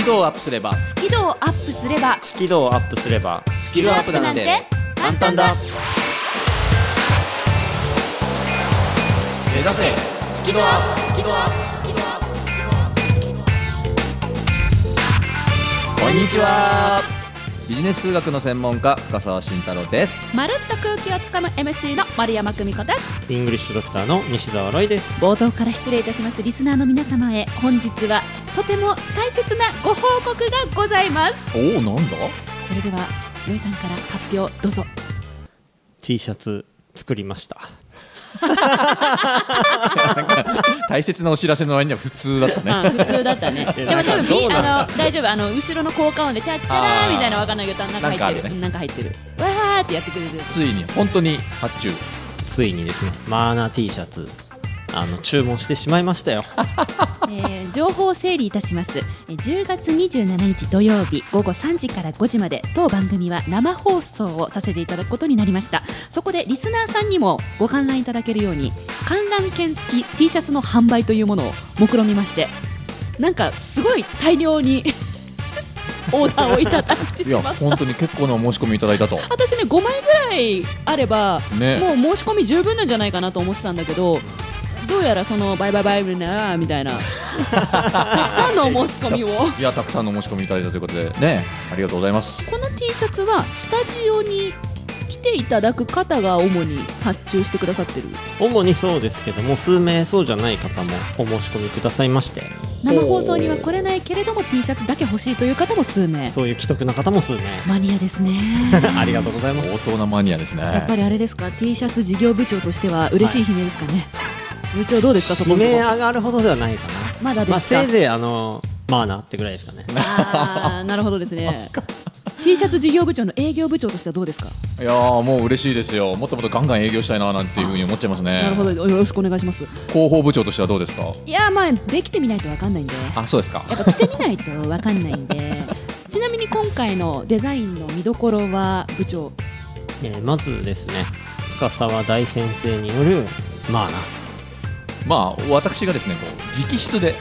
キ度をアップすればスキルをアップすればスキルをアップすればスキルアップなんて簡単だ。目指せスキルアップ、スキルアップ、スキルアップ、スキルアップ。こんにちは。ビジネス数学の専門家深澤慎太郎です。 まるっと空気をつかむ MC の丸山久美子です。 イングリッシュドクターの西澤ロイです。 冒頭から失礼いたします。リスナーの皆様へ本日はとても大切なご報告がございます。 おお、なんだ。 それではロイさんから発表どうぞ。 T シャツ作りました。 大切なお知らせの割には普通だったね。 普通だったね。でも多分大丈夫。後ろの効果音でチャッチャラーみたいなわかんないけどなんか入ってる、なんか入ってる、わーってやってくれる。 ついに本当に発注。 ついにですね、マーナ T シャツ注文してしまいましたよ。 情報を整理いたします。10月27日土曜日午後3時から5時まで当番組は生放送をさせていただくことになりました。そこでリスナーさんにもご観覧いただけるように観覧券付き T シャツの販売というものを目論みまして、なんかすごい大量にオーダーをいただいてしまった。 いや本当に結構なお申し込みいただいたと。私ね5枚ぐらいあれば、ね、もう申し込み十分なんじゃないかなと思ってたんだけど、どうやらそのバイバイバイブなみたいなたくさんのお申し込みをいやたくさんのお申し込みいただいたということでね、ありがとうございます。 この T シャツはスタジオに来ていただく方が主に発注してくださってる。 主にそうですけども、数名そうじゃない方もお申し込みくださいまして、 生放送には来れないけれども T シャツだけ欲しいという方も数名、 そういう既得な方も数名。 マニアですね。 ありがとうございます。 相当なマニアですね。 やっぱりあれですか、 T シャツ事業部長としては嬉しい悲鳴ですかね。部長どうですか、そこ悲鳴上がるほどではないかな。 まだですか。 せいぜいマーナってぐらいですかね。 なるほどですね。T シャツ事業部長の営業部長としてはどうですか。 いやもう嬉しいですよ。もっともっとガンガン営業したいななんていうふうに思っちゃいますね。 なるほど、よろしくお願いします。 広報部長としてはどうですか。 いやできてみないと分かんないんで。 あ、そうですか。 やっぱ着てみないと分かんないんでちなみに今回のデザインの見どころは部長、 まずですね、深澤大先生によるマーナ。 私がですねこう直筆で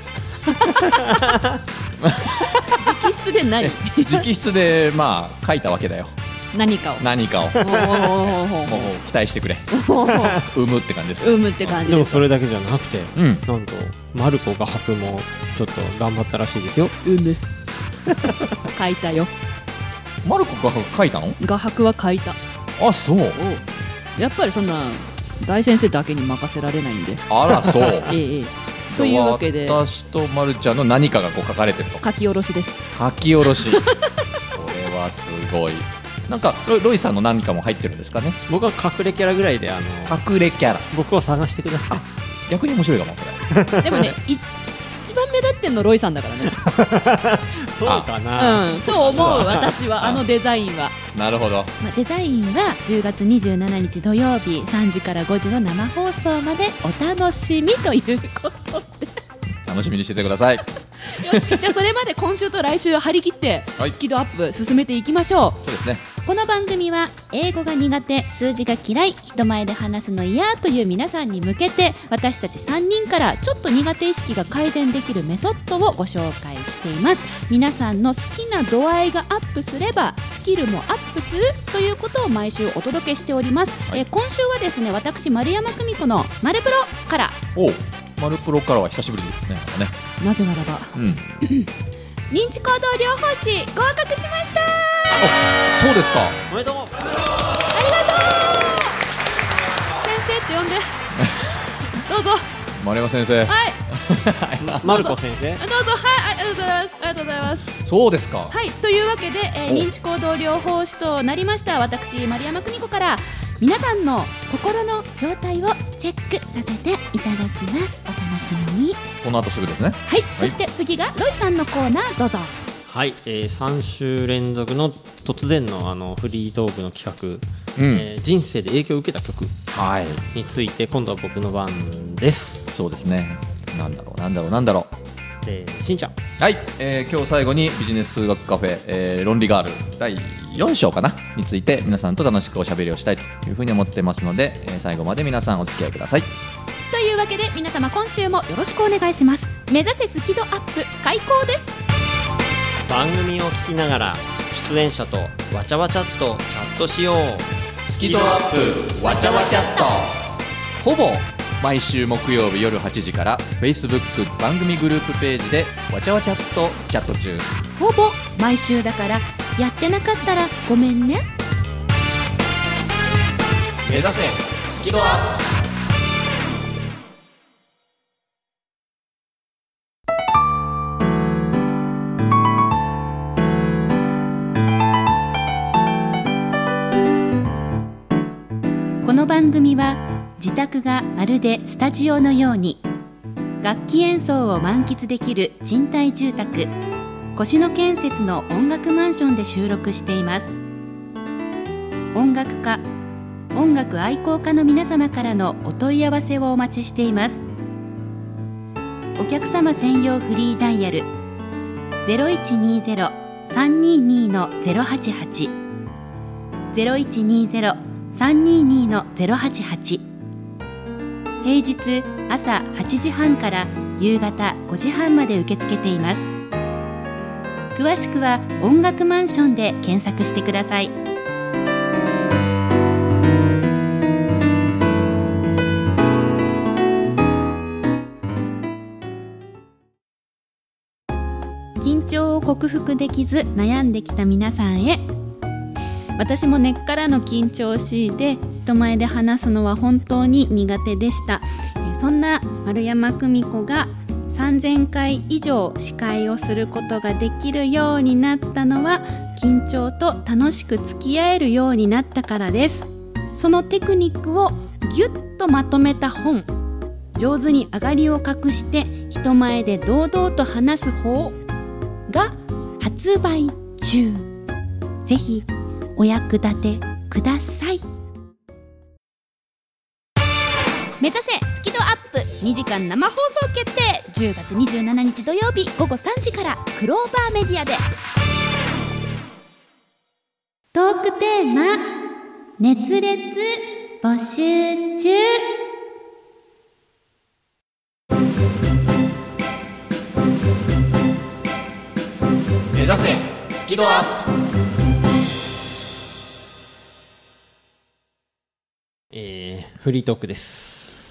直筆で何直筆で書いたわけだよ。何かをもう期待してくれ。生むって感じです。 生むって感じです。 でもそれだけじゃなくて、なんとマルコ画伯もちょっと頑張ったらしいですよ。 生む書いたよ。 マルコ画伯書いたの。 画伯は書いた。 あ、そう。 やっぱりそんな大先生だけに任せられないんで。 あら、そう。 というわけで私とまるちゃんの何かがこう書かれてると。 書き下ろしです。 書き下ろし。これはすごい。なんかロイさんの何かも入ってるんですかね。 僕は隠れキャラぐらいで隠れキャラ。 僕を探してください。 逆に面白いかもこれ。でもね一番目立ってんのロイさんだからね。 そうかな、 と思う私はデザインは。 なるほど。 デザインは10月27日土曜日3時から5時の生放送までお楽しみということで楽しみにしててください。 じゃあそれまで今週と来週張り切ってスキルアップ進めていきましょう。 そうですね。 この番組は英語が苦手、数字が嫌い、人前で話すの嫌という皆さんに向けて、私たち3人からちょっと苦手意識が改善できるメソッドをご紹介しています。皆さんの好きな度合いがアップすればスキルもアップするということを毎週お届けしております。今週はですね、私丸山久美子のマルプロからマルプロからは久しぶりですね。 なぜならば、認知行動療法士合格しました。 そうですか。 おめでとう。 ありがとう。先生って呼んでどうぞ。 丸山先生。はい。 マルコ先生。 どうぞ。はい、ありがとうございます。ありがとうございます。 そうですか。 はい、というわけで、認知行動療法士となりました私丸山久美子から皆さんの心の状態をチェックさせていただきます。お楽しみに。 この後すぐですね。 はい、そして次がロイさんのコーナーどうぞ。 はい、3週連続の突然のフリートークの企画、人生で影響を受けた曲について今度は僕の番です。 そうですね。なんだろう。 しんちゃん。 はい、今日最後にビジネス数学カフェ、論理ガール第4章かなについて皆さんと楽しくおしゃべりをしたいというふうに思ってますので、最後まで皆さんお付き合いください。 というわけで皆様今週もよろしくお願いします。目指せスキドアップ開講です。 番組を聞きながら出演者とわちゃわちゃっとチャットしよう。 スキドアップわちゃわちゃっと。ほぼ毎週木曜日夜8時から Facebook 番組グループページでわちゃわちゃっとチャット中。 ほぼ毎週だからやってなかったらごめんね。 目指せスキドアップ。 この番組は自宅がまるでスタジオのように楽器演奏を満喫できる賃貸住宅越野建設の音楽マンションで収録しています。音楽家、音楽愛好家の皆様からのお問い合わせをお待ちしています。お客様専用フリーダイヤル 0120-322-088 0120-322-088。平日朝8時半から夕方5時半まで受け付けています。詳しくは音楽マンションで検索してください。緊張を克服できず悩んできた皆さんへ。私も根っからの緊張しいで人前で話すのは本当に苦手でした。そんな丸山久美子が3000回以上司会をすることができるようになったのは緊張と楽しく付き合えるようになったからです。そのテクニックをギュッとまとめた本、上手に上がりを隠して人前で堂々と話す方が発売中。ぜひお役立てください。目指せスキドアップ2時間生放送決定。10月27日土曜日午後3時からクローバーメディアで。トークテーマ熱烈募集中。 目指せスキドアップ。 フリートークです。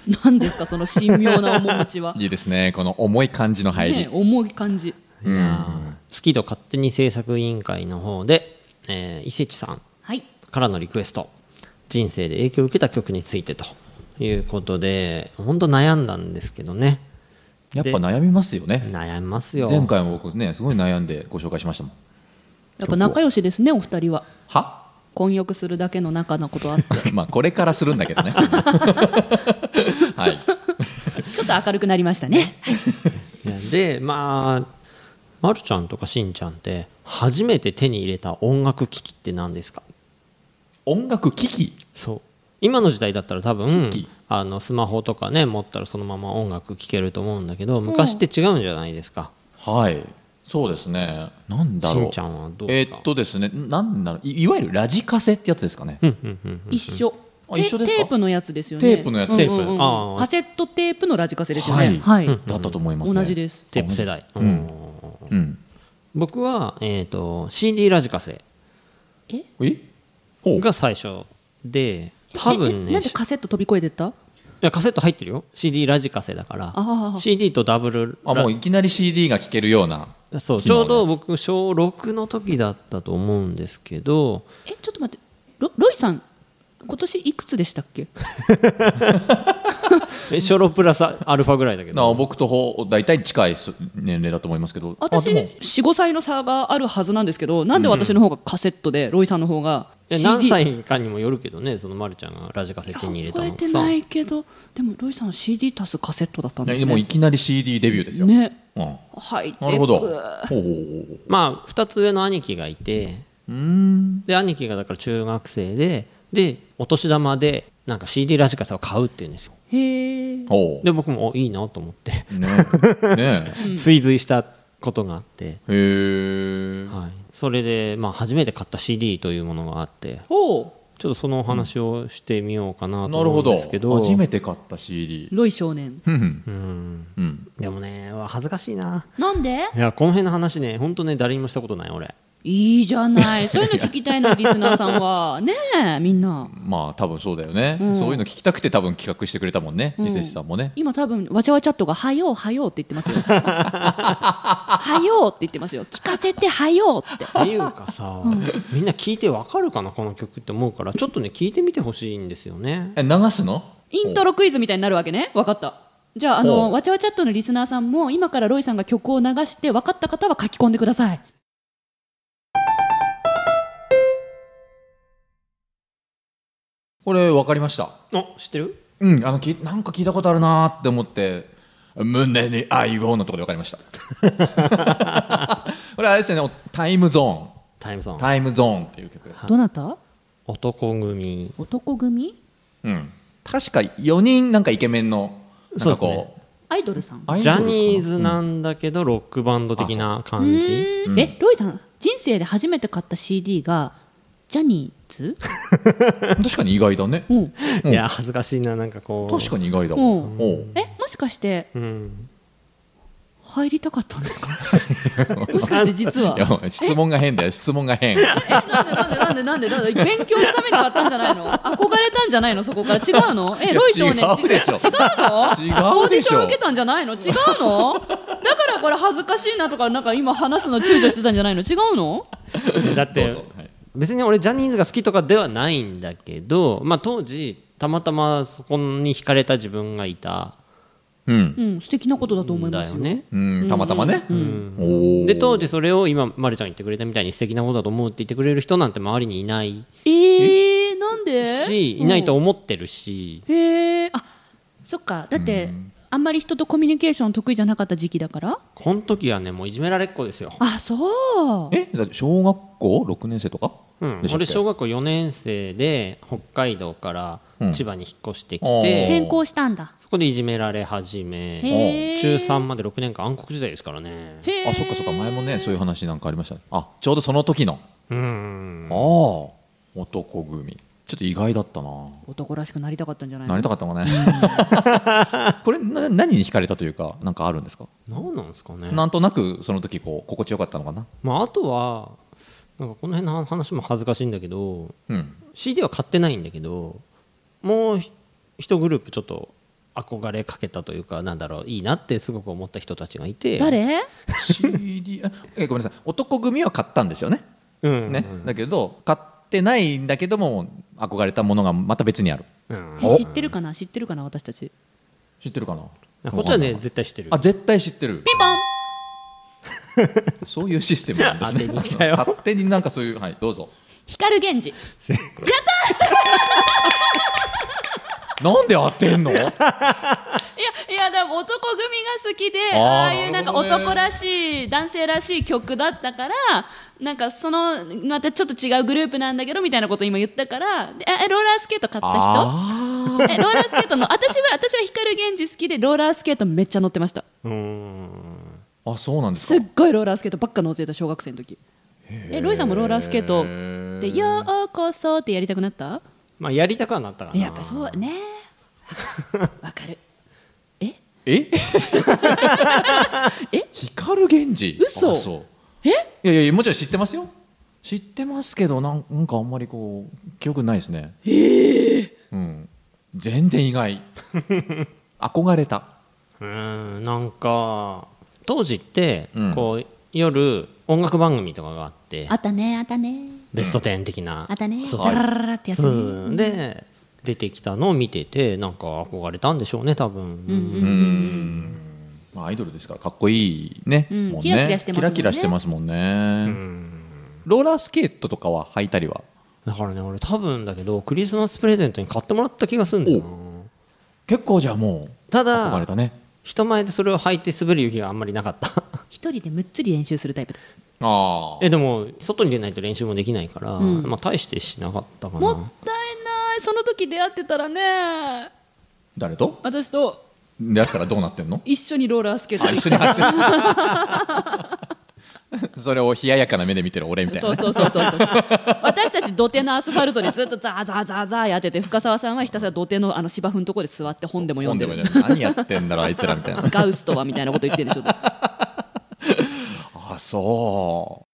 何ですかその神妙な面持ちは。 いいですね、この重い感じの入り、 ね、重い感じ。 スキド勝手に制作委員会の方で、伊勢地さんからのリクエスト、人生で影響を受けた曲についてということで、本当悩んだんですけどね。 やっぱ悩みますよね。 悩みますよ。 前回も僕ねすごい悩んでご紹介しましたもん。 やっぱ仲良しですねお二人は。 は混浴するだけの仲のことあってまあこれからするんだけどねはい、 ちょっと明るくなりましたねでまるちゃんとかしんちゃんって初めて手に入れた音楽機器って何ですか？ 音楽機器。 そう、今の時代だったら多分機器スマホとかね持ったらそのまま音楽聴けると思うんだけど、昔って違うんじゃないですか。 はい、そうですね。なんだろう。 しんちゃんはどうですか？ ですね、なんだろう、いわゆるラジカセってやつですかね。 一緒。 一緒ですか？ テープのやつですよね。 テープのやつです。 カセットテープのラジカセですよね。 はい、だったと思いますね。 同じです。 テープ世代。僕は、CD ラジカセが最初で、多分ね。 なんでカセット飛び越えてった？ いやカセット入ってるよ。 CD ラジカセだから。CD とダブルもういきなり CD が聴けるような。 そうちょうど僕小6の時だったと思うんですけど。 ちょっと待って、ロイさん今年いくつでしたっけ？ 小6プラスアルファぐらいだけど。 僕と大体近い年齢だと思いますけど。 私 4,5 歳の差があるはずなんですけど、なんで私の方がカセットで、ロイさんの方が CD。 何歳かにもよるけどね、そのまるちゃんがラジカセ手に入れたのさ。 覚えてないけど、でもロイさんは CD 足すカセットだったんですね。 もういきなり CD デビューですよね。 はい、 なるほど。 まあ2つ上の兄貴がいて、で兄貴がだから中学生でお年玉でなんか CD ラジカセを買うっていうんですよ。 へえ。で僕もいいなと思ってね追随したことがあって、 へえ、 はい、それで、初めて買った CD というものがあって、 ちょっとそのお話をしてみようかなとなるほど。 思うんですけど、 初めて買った CD。 ロイ少年。 でもね恥ずかしいな。 なんで？ いやこの辺の話ね本当ね誰にもしたことない俺。 いいじゃないそういうの聞きたいのリスナーさんはねえみんな。 まあ多分そうだよね、そういうの聞きたくて多分企画してくれたもんね、伊勢さんもね。 今多分わちゃわチャットがはようはようって言ってますよはようって言ってますよ。聞かせてはようって。 っていうかさ、みんな聞いてわかるかなこの曲って思うからちょっとね聞いてみてほしいんですよね。 流すの？ イントロクイズみたいになるわけね。分かった。じゃあわちゃわチャットのリスナーさんも今からロイさんが曲を流して分かった方は書き込んでください。 これ分かりました。 知ってる？ なんか聞いたことあるなーって思って胸に愛をのところで分かりましたこれあれですよね、タイムゾーンっていう曲です。 どなた？ 男組。 確か4人なんかイケメンのなんかこうアイドルさん。 ジャニーズなんだけどロックバンド的な感じ。 ロイさん人生で初めて買った CD がジャニーズ確かに意外だね、 いや恥ずかしいな、なんかこう確かに意外だもん。 もしかして、入りたかったんですかもしかして実は。 いや質問が変だよ、質問が変。 なんで勉強のために買ったんじゃないの？憧れたんじゃないの？そこから違うの？ロイ少年違うでしょ。 違うの？ 違うでしょ。 オーディション受けたんじゃないの？違うの？だからこれ恥ずかしいなとかなんか今話すの躊躇してたんじゃないの？違うの？ だって別に俺ジャニーズが好きとかではないんだけど、まあ、当時たまたまそこに惹かれた自分がいた素敵なことだと思いますよね。 たまたまね、 で当時それを今まるちゃん言ってくれたみたいに素敵なことだと思うって言ってくれる人なんて周りにいないなんでいないと思ってるし、 そっか。だってあんまり人とコミュニケーション得意じゃなかった時期だから。 この時はねもういじめられっ子ですよ。 そうだって小学校6年生とか、 俺小学校4年生で北海道から千葉に引っ越してきて、 転校したんだ。 そこでいじめられ始め、中3まで6年間暗黒時代ですからね。 そっかそっか、前もねそういう話なんかありました。ちょうどその時の男組、ちょっと意外だったな。 男らしくなりたかったんじゃないの？ なりたかったのねこれ何に惹かれたというかなんかあるんですか？ 何なんですかね。 なんとなくその時こう心地よかったのかな。 あとはなんかこの辺の話も恥ずかしいんだけど、CD は買ってないんだけどもう一グループちょっと憧れかけたというか、なんだろう、いいなってすごく思った人たちがいて。 誰？ CD ごめんなさい、男組は買ったんですよね。だけど買ってないんだけども憧れたものがまた別にある。 知ってるかな私たち。 知ってるかな。 こっちはね絶対知ってる。 絶対知ってる。 ピンポンそういうシステムなんですね。勝手になんかそういう、どうぞ。 光源氏。やったなんで当てんの？いやでも男組が好きで、ああいうなんか男らしい男性らしい曲だったから、なんかそのまたちょっと違うグループなんだけどみたいなことを今言ったから、ローラースケート買った人？ローラースケートの私は光源氏好きでローラースケートめっちゃ乗ってました。 そうなんですか。 すっごいローラースケートばっか乗ってた小学生の時。ロイさんもローラースケートでようこそってやりたくなった？ やりたくはなったかな。 やっぱそうね。わかる。 光源氏。 嘘。 いやもちろん知ってますよ。知ってますけどなんかあんまりこう記憶ないですね。全然意外。憧れた。 なんか当時って、こう夜音楽番組とかがあって、 あったねベスト10的な、 あったね、ダラララってやつね。 で出てきたのを見ててなんか憧れたんでしょうね多分。 アイドルですからかっこいいね。 キラキラしてますもんね。 ローラースケートとかは履いたりは？ だからね俺多分だけどクリスマスプレゼントに買ってもらった気がするんだよな。 結構じゃあもうただ憧れたね。 人前でそれを履いて滑る勇気があんまりなかった。 一人でむっつり練習するタイプだ。 でも外に出ないと練習もできないから、大してしなかったかな。 もったいない。その時出会ってたらね。 誰と？ 私と。 出会ったらどうなってんの？ 一緒にローラースケート一緒に走ってるそれを冷ややかな目で見てる俺みたいな、ね、 そう私たち土手のアスファルトにずっとザーザーザーザーやってて、深澤さんはひたすら土手の芝生のところで座って本でも読んでる。 何やってんだろうあいつらみたいなガウスとはみたいなこと言ってるんでしょあ、そう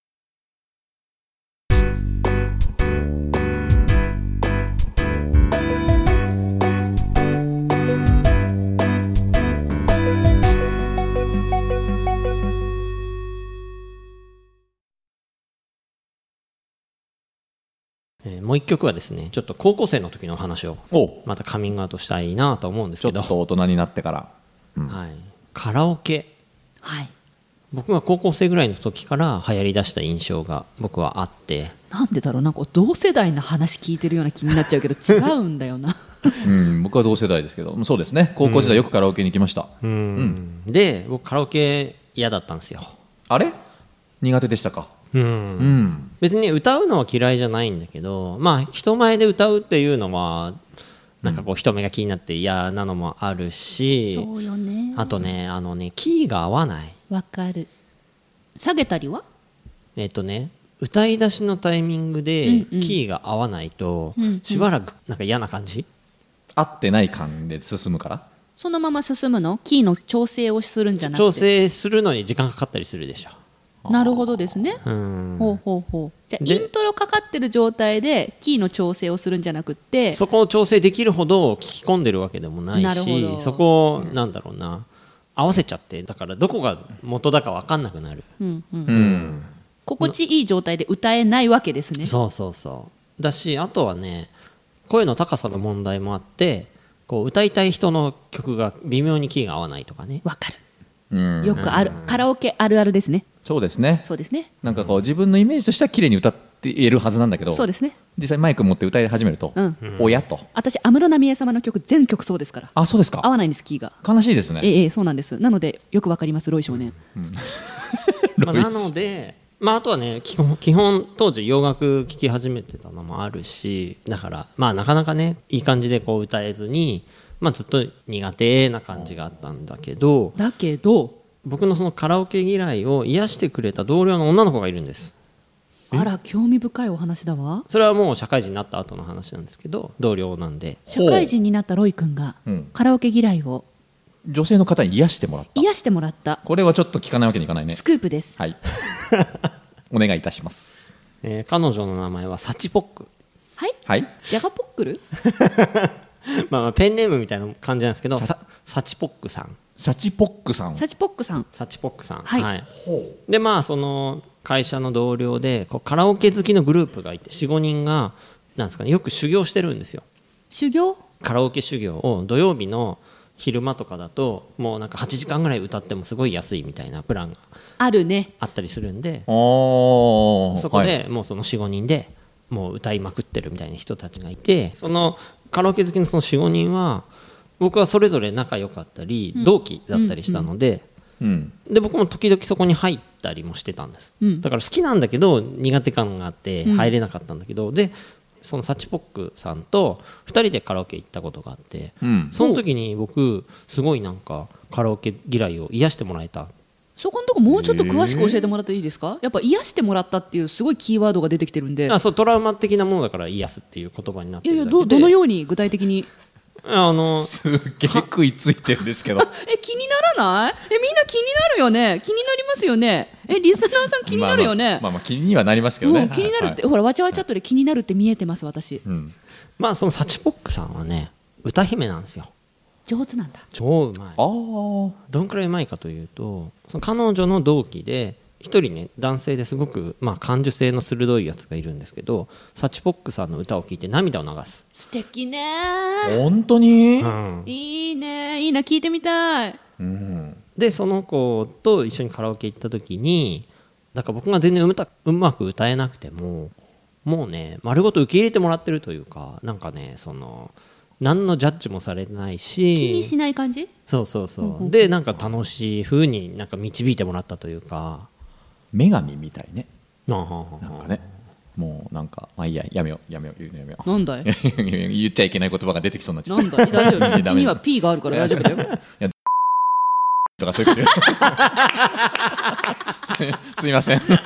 もう一曲はですね、ちょっと高校生の時の話をまたカミングアウトしたいなと思うんですけど、 ちょっと大人になってから、 はい、カラオケ、 はい、 僕が高校生ぐらいの時から流行りだした印象が僕はあって、 なんでだろう、なんか同世代の話聞いてるような気になっちゃうけど違うんだよな僕は同世代ですけど、そうですね、高校時代よくカラオケに行きました。 で僕カラオケ嫌だったんですよ。 あれ苦手でしたか？ 別に歌うのは嫌いじゃないんだけど、まあ人前で歌うっていうのはなんかこう人目が気になって嫌なのもあるし、 そうよね。 あとね、キーが合わない。 わかる。下げたりは？ 歌い出しのタイミングでキーが合わないとしばらくなんか嫌な感じ、 合ってない感で進むから。 そのまま進むの？キーの調整をするんじゃなくて。 調整するのに時間かかったりするでしょ。 なるほどですね。ほう。じゃあイントロかかってる状態でキーの調整をするんじゃなくて、 そこを調整できるほど聞き込んでるわけでもないし、そこをなんだろうな、合わせちゃって、だからどこが元だか分かんなくなる。 心地いい状態で歌えないわけですね。 そうだし、あとはね、声の高さの問題もあって、こう歌いたい人の曲が微妙にキーが合わないとかね。 わかる。よくある、カラオケあるあるですね。 そうですね。なんかこう自分のイメージとしては綺麗に歌っているはずなんだけど、 そうですね。 実際マイク持って歌い始めると、おやと。 私安室奈美恵様の曲全曲そうですから。 あ、そうですか。 合わないんです、キーが。 悲しいですね。 そうなんです。なのでよくわかります、ロイ少年。 なので、あとはね、基本当時洋楽聴き始めてたのもあるし、だからなかなかね、いい感じでこう歌えずに、ずっと苦手な感じがあったんだけど、僕のそのカラオケ嫌いを癒してくれた同僚の女の子がいるんです。 あら、興味深いお話だわ。 それはもう社会人になった後の話なんですけど、同僚なんで。 社会人になったロイ君がカラオケ嫌いを女性の方に癒してもらった。これはちょっと聞かないわけにいかないね。 スクープです。 はいお願いいたします。 彼女の名前はサチポック。 はい。 ジャガポックルペンネームみたいな感じなんですけど、サチポックさん。 サチポックさん。 はい。でその会社の同僚でこうカラオケ好きのグループがいて 4,5 人がなんですかね、よく修行してるんですよ。カラオケ修行を土曜日の昼間とかだともうなんか8時間ぐらい歌ってもすごい安いみたいなプランがあったりするんで、そこでもうその 4,5 人でもう歌いまくってるみたいな人たちがいて、そのカラオケ好きのその 4,5 人は僕はそれぞれ仲良かったり同期だったりしたので、で僕も時々そこに入ったりもしてたんです。だから好きなんだけど苦手感があって入れなかったんだけど、でそのサチポックさんと2人でカラオケ行ったことがあって、その時に僕すごいなんかカラオケ嫌いを癒してもらえた。 そこのとこもうちょっと詳しく教えてもらっていいですか？やっぱ癒してもらったっていうすごいキーワードが出てきてるんで。 そう、トラウマ的なものだから癒すっていう言葉になってるだけで。 どのように具体的にすっげえ食いついてるんですけど気にならない？みんな気になるよね。気になりますよね。リスナーさん気になるよね。 気にはなりますけどね。 気になるって、ほらわちゃわちゃっとで気になるって見えてます私。 そのサチポックさんはね、歌姫なんですよ。 上手なんだ。 超うまい。どんくらいうまいかというと、その彼女の同期で一人ね、男性ですごく感受性の鋭いやつがいるんですけど、サチポックさんの歌を聴いて涙を流す。 素敵ね。 本当に、 いいね、いいな、聞いてみたい。 でその子と一緒にカラオケ行った時に、だから僕が全然うまく歌えなくてももうね、丸ごと受け入れてもらってるというか、なんかね、その何のジャッジもされないし、 気にしない感じ。 そうで、なんか楽しい風になんか導いてもらったというか、 女神みたいね。 なんかね、もうなんかいいや、やめようなんだい言っちゃいけない言葉が出てきそうになっちゃった。 なんだい、大丈夫。うちには P があるから大丈夫だよ。 とかそういうことすみません不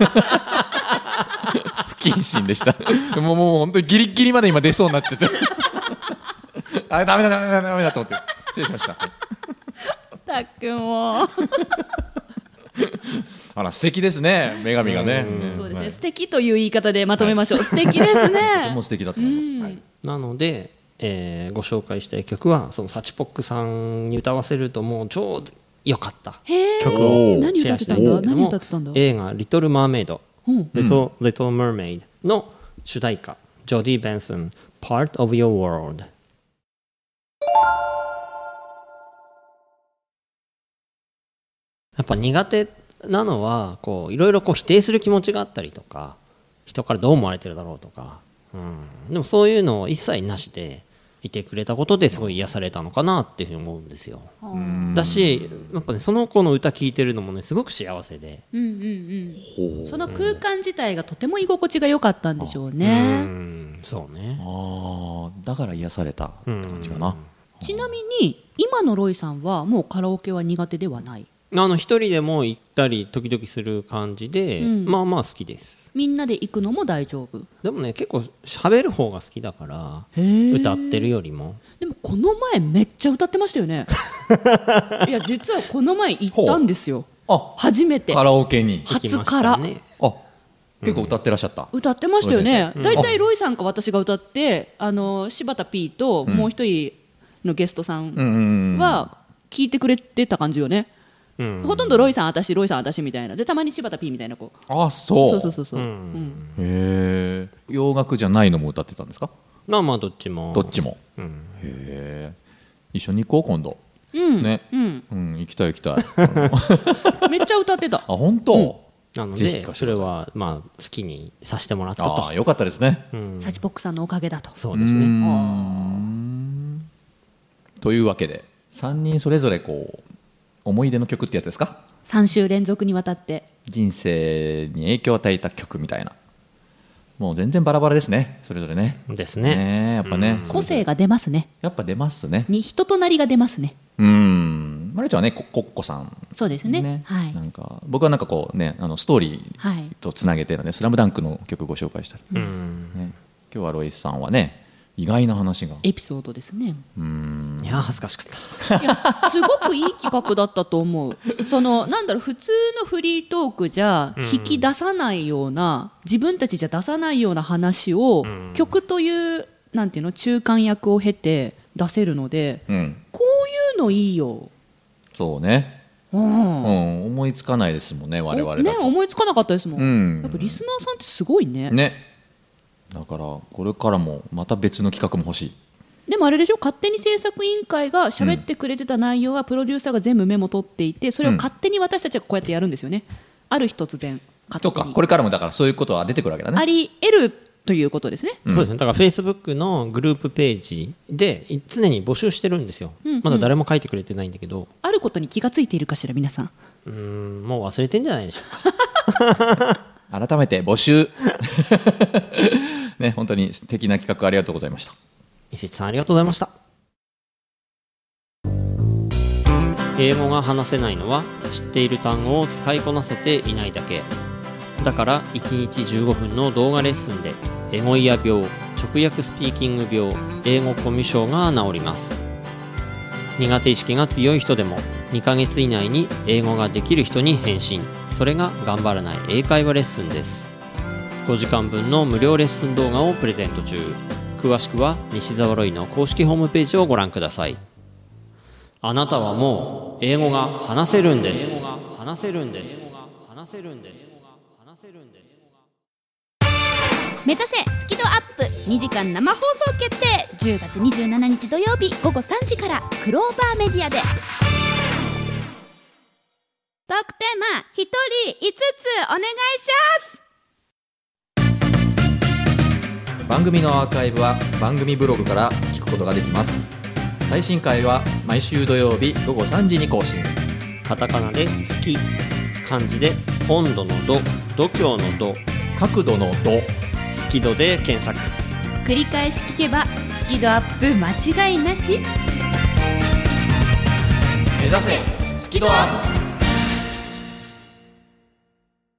謹慎でしたもう本当にギリギリまで今出そうになっててあ、ダメだと思って失礼しました。 たっくんもあら素敵ですね、女神がね。 そうですね、素敵という言い方でまとめましょう、素敵ですね。 とても素敵だと思います、はい、 なので、ご紹介したい曲はそのサチポックさんに歌わせるともう超良かった曲をシェアしたいんですけども、映画「リトル・マーメイド」「リトル・マーメイド」の主題歌ジョディ・ベンソン「Part of Your World」。やっぱ苦手なのはこういろいろこう否定する気持ちがあったりとか、人からどう思われてるだろうとか、でもそういうのを一切なしでいてくれたことですごい癒されたのかなっていうふうに思うんですよ。だしやっぱね、その子の歌聴いてるのもねすごく幸せで、 その空間自体がとても居心地が良かったんでしょうね。 そうね。 だから癒されたって感じかな。 ちなみに今のロイさんはもうカラオケは苦手ではない？ 一人でも行ったり時々する感じで、まあまあ好きです。 みんなで行くのも大丈夫？ でもね結構喋る方が好きだから歌ってるよりも。 でもこの前めっちゃ歌ってましたよねいや実はこの前行ったんですよ。初めてカラオケに初から、 ね、 結構歌ってらっしゃった、 歌ってましたよね。だいたいロイさんか私が歌って、柴田 P ともう一人のゲストさんは聞いてくれてた感じよね。ほとんどロイさん私みたいなで、たまに柴田 P みたいな子。そうへえ。洋楽じゃないのも歌ってたんですか？ まあどっちもへえ。一緒に行こう今度。ね、行きたいめっちゃ歌ってた。 本当？ なのでそれはまあ好きにさせてもらったと。 よかったですね。 サチポックさんのおかげだと。 そうですね。 というわけで3人それぞれこう思い出の曲ってやつですか ？3週連続にわたって人生に影響を与えた曲みたいな。もう全然バラバラですね、それぞれね。 ですね。 やっぱね、 個性が出ますね。 やっぱ出ますね。 人となりが出ますね。 まるちゃんはね、コッコさん。 そうですね。はい。 なんか僕はなんかこうね、ストーリーとつなげてのね、スラムダンクの曲をご紹介したり。今日はロイさんはね、意外な話がエピソードですね。 いや恥ずかしかったいやすごくいい企画だったと思う。なんだろう、普通のフリートークじゃ引き出さないような、自分たちじゃ出さないような話を、曲というなんていうの中間役を経て出せるので、こういうのいいよ。 そうね。思いつかないですもんね、我々だとね。 思いつかなかったですもん。やっぱリスナーさんってすごいね。 だからこれからもまた別の企画も欲しい。 でもあれでしょ、勝手に制作委員会が喋ってくれてた内容はプロデューサーが全部メモ取っていて、それを勝手に私たちがこうやってやるんですよね。ある日突然勝手に。 これからもだからそういうことは出てくるわけだね。 あり得るということですね。 そうですね。だから Facebook のグループページで常に募集してるんですよ。まだ誰も書いてくれてないんだけど。 あることに気がついているかしら皆さん。 もう忘れてんじゃないでしょうか改めて募集ね、本当に素敵な企画ありがとうございました。 伊勢さんありがとうございました。英語が話せないのは知っている単語を使いこなせていないだけだから、1日15分の動画レッスンでエゴイヤ病、直訳スピーキング病、英語コミュ障が治ります。苦手意識が強い人でも2ヶ月以内に英語ができる人に変身。それが頑張らない英会話レッスンです。5時間分の無料レッスン動画をプレゼント中。詳しくは西澤ロイの公式ホームページをご覧ください。あなたはもう英語が話せるんです。話せるんです。話せるんです。話せるんです。 目指せスキドアップ2時間生放送決定。10月27日土曜日午後3時からクローバーメディアで。トークテーマ1人5つお願いします。 番組のアーカイブは番組ブログから聞くことができます。最新回は毎週土曜日午後3時に更新。 カタカナで好き、漢字で温度の度、度胸の度、 角度の度、 スキドで検索。 繰り返し聞けばスキドアップ間違いなし。 目指せスキドアップ。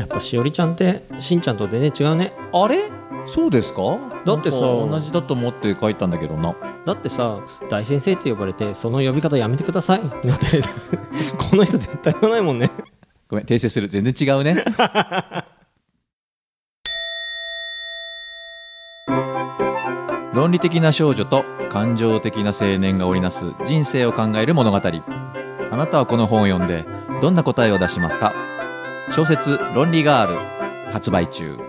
っぱしおりちゃんってしんちゃんと全然違うね。 あれそうですか？ だってさなんか同じだと思って書いたんだけどな。 だってさ、大先生って呼ばれてその呼び方やめてくださいなんてこの人絶対言わないもんね。 ごめん、訂正する。全然違うね。論理的な少女と感情的な青年が織りなす人生を考える物語。あなたはこの本を読んでどんな答えを出しますか？小説論理ガール発売中。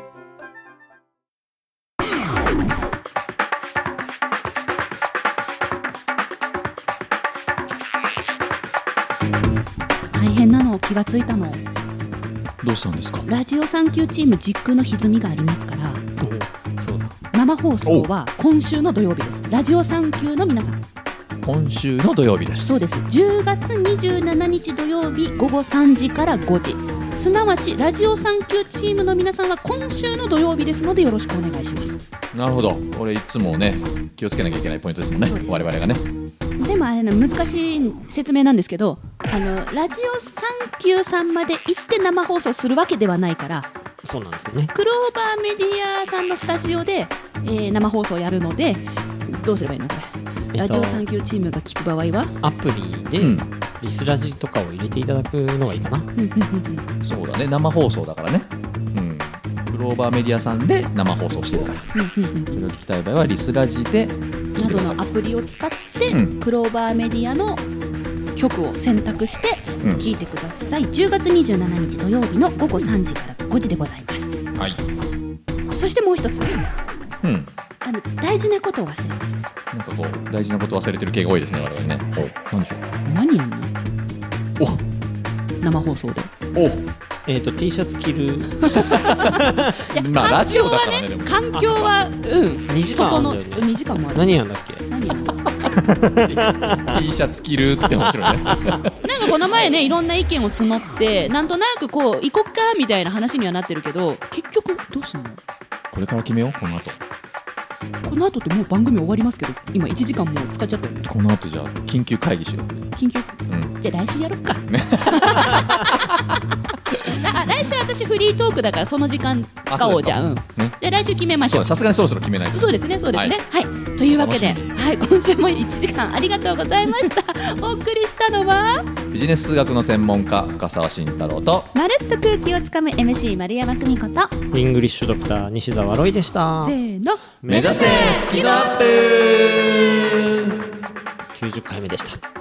大変なの気がついたの。 どうしたんですか？ ラジオ産休チーム実空の歪みがありますから。 そうだ。 生放送は今週の土曜日です。ラジオ産休の皆さん、 今週の土曜日です。 そうです。10月27日土曜日午後3時から5時、すなわちラジオ産休チームの皆さんは今週の土曜日ですのでよろしくお願いします。 なるほど。これいつもね気をつけなきゃいけないポイントですもんね、我々がね。 でもあれ難しい説明なんですけど、ラジオ産休さんまで行って生放送するわけではないから、 そうなんですよね。 クローバーメディアさんのスタジオで、生放送をやるので、どうすればいいのこれ、ラジオ産休チームが聞く場合はアプリでリスラジとかを入れていただくのがいいかな。 そうだね、生放送だからね、クローバーメディアさんで生放送してるから、それを聞きたい場合はリスラジでなどのアプリを使って、クローバーメディアの曲を選択して聞いてください。10月27日土曜日の午後3時から5時でございます。 はい。 そしてもう一つ、大事なことを忘れてる。 なんかこう大事なこと忘れてる系が多いですね、我々ね。何でしょう。 何やんの？生放送で。 T シャツ着る。 いや、 まあラジオだからね。でも環境は 2時間あるんだよね。 2時間もある。 何やんだっけ？ 何やんの？ T シャツ着るって面白いね。 なんかこの前ね、いろんな意見を募ってなんとなくこう行こっかみたいな話にはなってるけど、結局どうすんの？ これから決めよう。この後ってもう番組終わりますけど、今1時間もう使っちゃったよね。 この後じゃあ緊急会議しよう。 緊急、じゃあ来週やろっか。来週私フリートークだからその時間使おうじゃん。じゃあ来週決めましょう。 さすがにそろそろ決めないと。 そうですね。はい。というわけで、今週も1時間ありがとうございました。お送りしたのはビジネス数学の専門家深澤慎太郎と、 まるっと空気をつかむ MC 丸山久美子と、 イングリッシュドクター西澤ロイでした。 せーの、 目指せスキドアップ。 90回目でした。